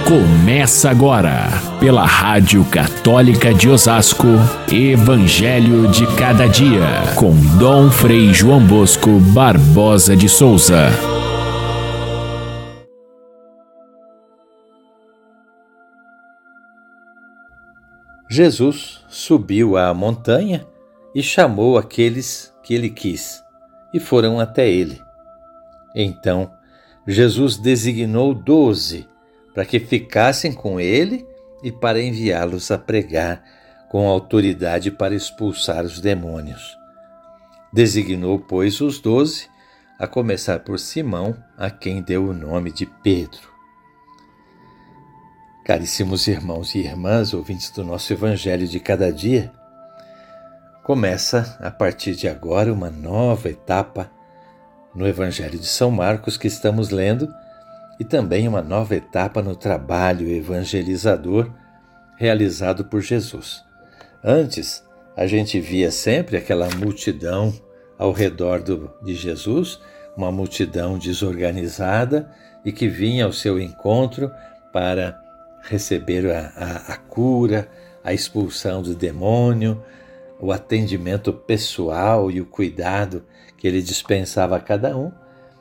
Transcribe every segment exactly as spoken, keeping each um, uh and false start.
Começa agora, pela Rádio Católica de Osasco, Evangelho de Cada Dia, com Dom Frei João Bosco Barbosa de Souza. Jesus subiu à montanha e chamou aqueles que ele quis, e foram até ele. Então, Jesus designou doze para que ficassem com ele e para enviá-los a pregar com autoridade para expulsar os demônios. Designou, pois, os doze, a começar por Simão, a quem deu o nome de Pedro. Caríssimos irmãos e irmãs, ouvintes do nosso Evangelho de Cada Dia, começa a partir de agora uma nova etapa no Evangelho de São Marcos que estamos lendo, e também uma nova etapa no trabalho evangelizador realizado por Jesus. Antes, a gente via sempre aquela multidão ao redor do, de Jesus, uma multidão desorganizada e que vinha ao seu encontro para receber a, a, a cura, a expulsão do demônio, o atendimento pessoal e o cuidado que ele dispensava a cada um,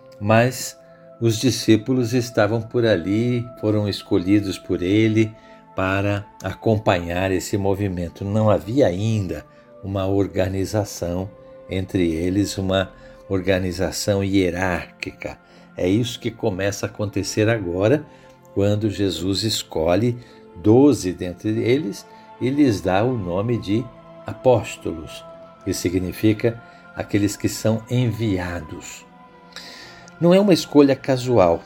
mas os discípulos estavam por ali, foram escolhidos por ele para acompanhar esse movimento. Não havia ainda uma organização entre eles, uma organização hierárquica. É isso que começa a acontecer agora, quando Jesus escolhe doze dentre eles e lhes dá o nome de apóstolos, que significa aqueles que são enviados. Não é uma escolha casual.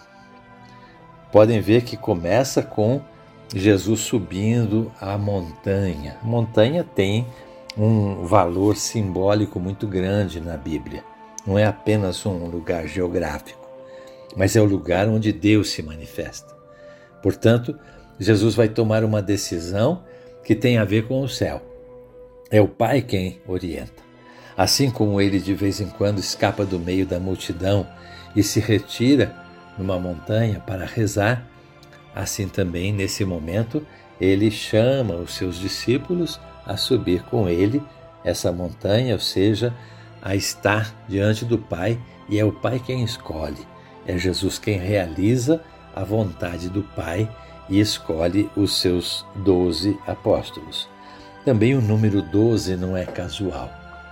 Podem ver que começa com Jesus subindo a montanha. A montanha tem um valor simbólico muito grande na Bíblia. Não é apenas um lugar geográfico, mas é o lugar onde Deus se manifesta. Portanto, Jesus vai tomar uma decisão que tem a ver com o céu. É o Pai quem orienta. Assim como ele de vez em quando escapa do meio da multidão e se retira numa montanha para rezar, assim também nesse momento ele chama os seus discípulos a subir com ele essa montanha, ou seja, a estar diante do Pai, e é o Pai quem escolhe. É Jesus quem realiza a vontade do Pai e escolhe os seus doze apóstolos. Também o número doze não é casual.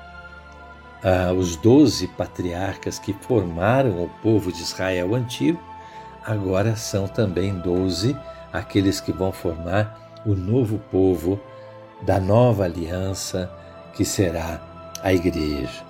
Ah, os doze patriarcas que formaram o povo de Israel antigo, agora são também doze aqueles que vão formar o novo povo da nova aliança, que será a igreja.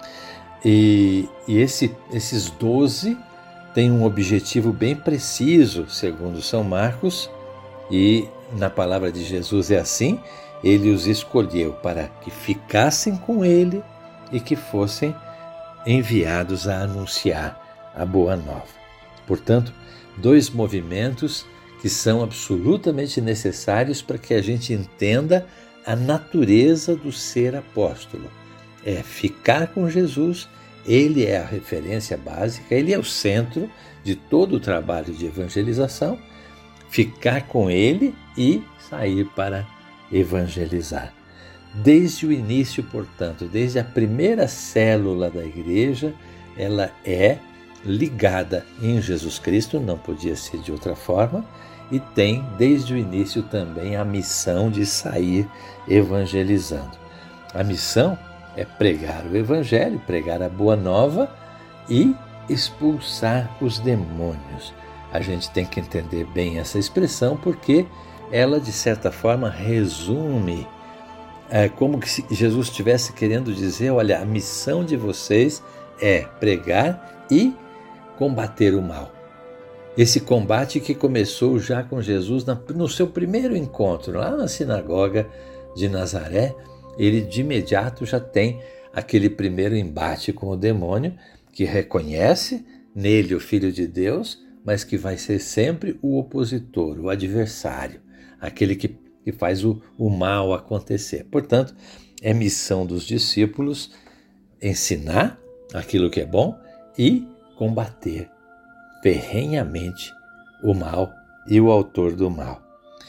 E, e esse, esses doze têm um objetivo bem preciso, segundo São Marcos, e na palavra de Jesus é assim: ele os escolheu para que ficassem com ele e que fossem enviados a anunciar a boa nova. Portanto, dois movimentos que são absolutamente necessários para que a gente entenda a natureza do ser apóstolo. É ficar com Jesus, ele é a referência básica, ele é o centro de todo o trabalho de evangelização, ficar com ele e sair para evangelizar. Desde o início, portanto, desde a primeira célula da igreja, ela é ligada em Jesus Cristo, não podia ser de outra forma, e tem desde o início também a missão de sair evangelizando. A missão é pregar o evangelho, pregar a boa nova e expulsar os demônios. A gente tem que entender bem essa expressão porque ela, de certa forma, resume É como se Jesus estivesse querendo dizer: olha, a missão de vocês é pregar e combater o mal. Esse combate que começou já com Jesus no seu primeiro encontro, lá na sinagoga de Nazaré, ele de imediato já tem aquele primeiro embate com o demônio, que reconhece nele o Filho de Deus, mas que vai ser sempre o opositor, o adversário, aquele que que faz o, o mal acontecer. Portanto, é missão dos discípulos ensinar aquilo que é bom e combater ferrenhamente o mal e o autor do mal.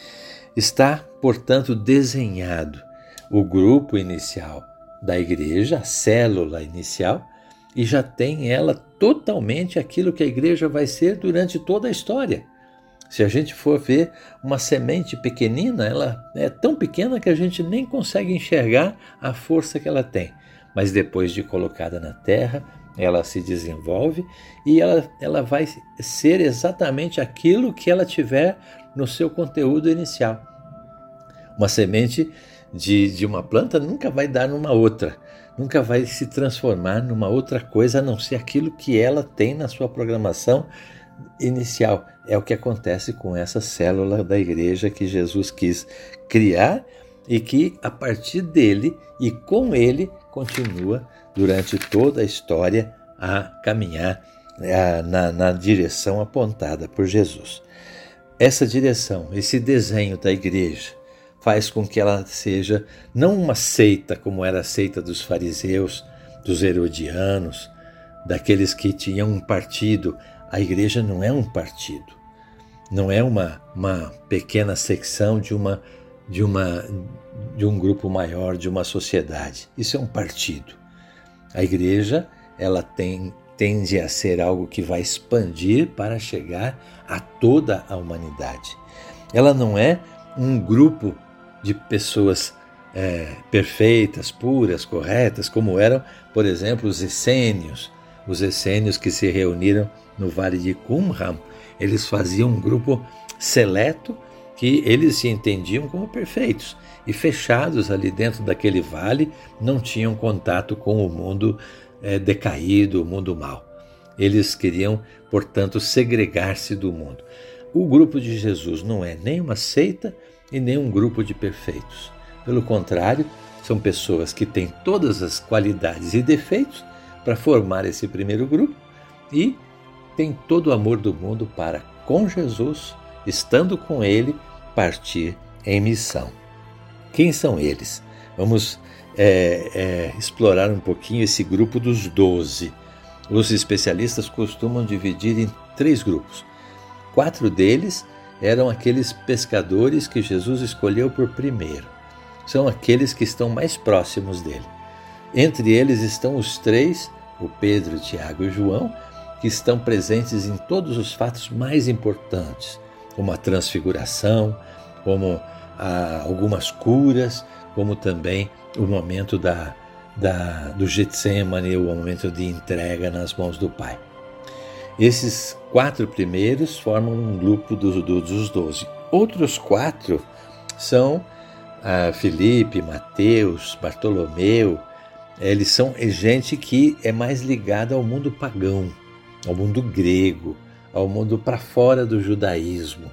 Está, portanto, desenhado o grupo inicial da igreja, a célula inicial, e já tem ela totalmente aquilo que a igreja vai ser durante toda a história. Se a gente for ver uma semente pequenina, ela é tão pequena que a gente nem consegue enxergar a força que ela tem. Mas depois de colocada na terra, ela se desenvolve e ela, ela vai ser exatamente aquilo que ela tiver no seu conteúdo inicial. Uma semente de, de uma planta nunca vai dar numa outra, nunca vai se transformar numa outra coisa a não ser aquilo que ela tem na sua programação inicial. É o que acontece com essa célula da igreja que Jesus quis criar e que a partir dele e com ele continua durante toda a história a caminhar a, na, na direção apontada por Jesus. Essa direção, esse desenho da igreja faz com que ela seja não uma seita como era a seita dos fariseus, dos herodianos, daqueles que tinham um partido. A igreja não é um partido, não é uma, uma pequena secção de, uma, de, uma, de um grupo maior, de uma sociedade. Isso é um partido. A igreja ela tem, tende a ser algo que vai expandir para chegar a toda a humanidade. Ela não é um grupo de pessoas é, perfeitas, puras, corretas, como eram, por exemplo, os essênios, os essênios que se reuniram no Vale de Qumran. Eles faziam um grupo seleto que eles se entendiam como perfeitos e fechados ali dentro daquele vale, não tinham contato com o mundo é, decaído, o mundo mau. Eles queriam, portanto, segregar-se do mundo. O grupo de Jesus não é nem uma seita e nem um grupo de perfeitos. Pelo contrário, são pessoas que têm todas as qualidades e defeitos para formar esse primeiro grupo e têm todo o amor do mundo para, com Jesus, estando com ele, partir em missão. Quem são eles? Vamos é, é, explorar um pouquinho esse grupo dos doze. Os especialistas costumam dividir em três grupos. Quatro deles eram aqueles pescadores que Jesus escolheu por primeiro. São aqueles que estão mais próximos dele. Entre eles estão os três, o Pedro, Tiago e João, que estão presentes em todos os fatos mais importantes, como a transfiguração, como ah, algumas curas, como também o momento da, da, do Getsemane, o momento de entrega nas mãos do Pai. Esses quatro primeiros formam um grupo dos, dos doze. Outros quatro são ah, Filipe, Mateus, Bartolomeu. Eles são gente que é mais ligada ao mundo pagão, ao mundo grego, ao mundo para fora do judaísmo.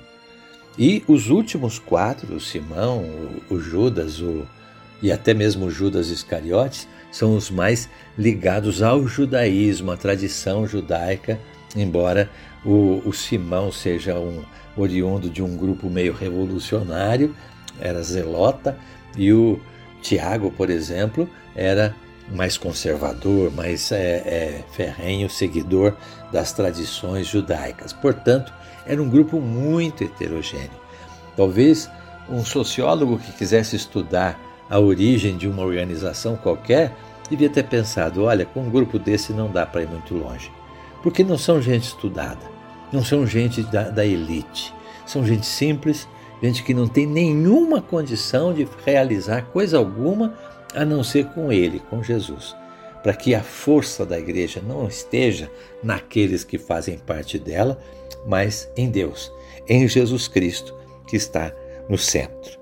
E os últimos quatro, o Simão, o, o Judas o, e até mesmo o Judas Iscariotes, são os mais ligados ao judaísmo, à tradição judaica, embora o, o Simão seja um oriundo de um grupo meio revolucionário, era zelota, e o Tiago, por exemplo, era mais conservador, mais é, é, ferrenho seguidor das tradições judaicas. Portanto, era um grupo muito heterogêneo. Talvez um sociólogo que quisesse estudar a origem de uma organização qualquer devia ter pensado, olha, com um grupo desse não dá para ir muito longe. Porque não são gente estudada, não são gente da, da elite, são gente simples, gente que não tem nenhuma condição de realizar coisa alguma a não ser com ele, com Jesus, para que a força da igreja não esteja naqueles que fazem parte dela, mas em Deus, em Jesus Cristo, que está no centro.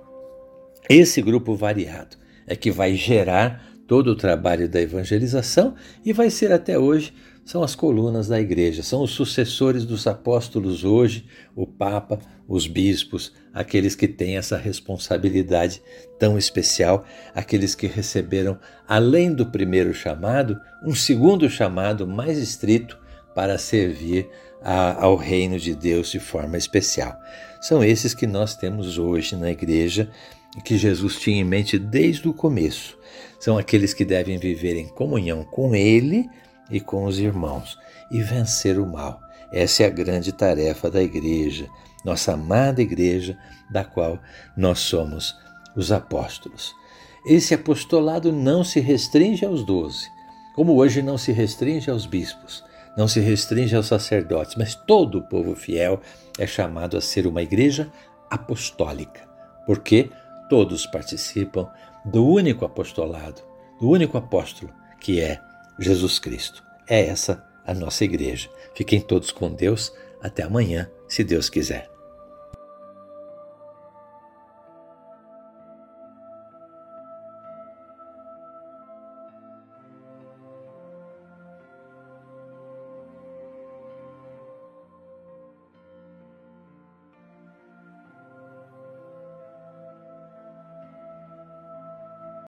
Esse grupo variado é que vai gerar todo o trabalho da evangelização e vai ser até hoje, são as colunas da igreja, são os sucessores dos apóstolos hoje, o Papa, os bispos, aqueles que têm essa responsabilidade tão especial, aqueles que receberam, além do primeiro chamado, um segundo chamado mais estrito para servir a, ao reino de Deus de forma especial. São esses que nós temos hoje na igreja e que Jesus tinha em mente desde o começo. São aqueles que devem viver em comunhão com Ele e com os irmãos e vencer o mal. Essa é a grande tarefa da igreja, nossa amada igreja, da qual nós somos os apóstolos. Esse apostolado não se restringe aos doze, como hoje não se restringe aos bispos, não se restringe aos sacerdotes, mas todo o povo fiel é chamado a ser uma igreja apostólica, porque todos participam do único apostolado, do único apóstolo, que é Jesus Cristo. É essa a nossa igreja. Fiquem todos com Deus. Até amanhã, se Deus quiser.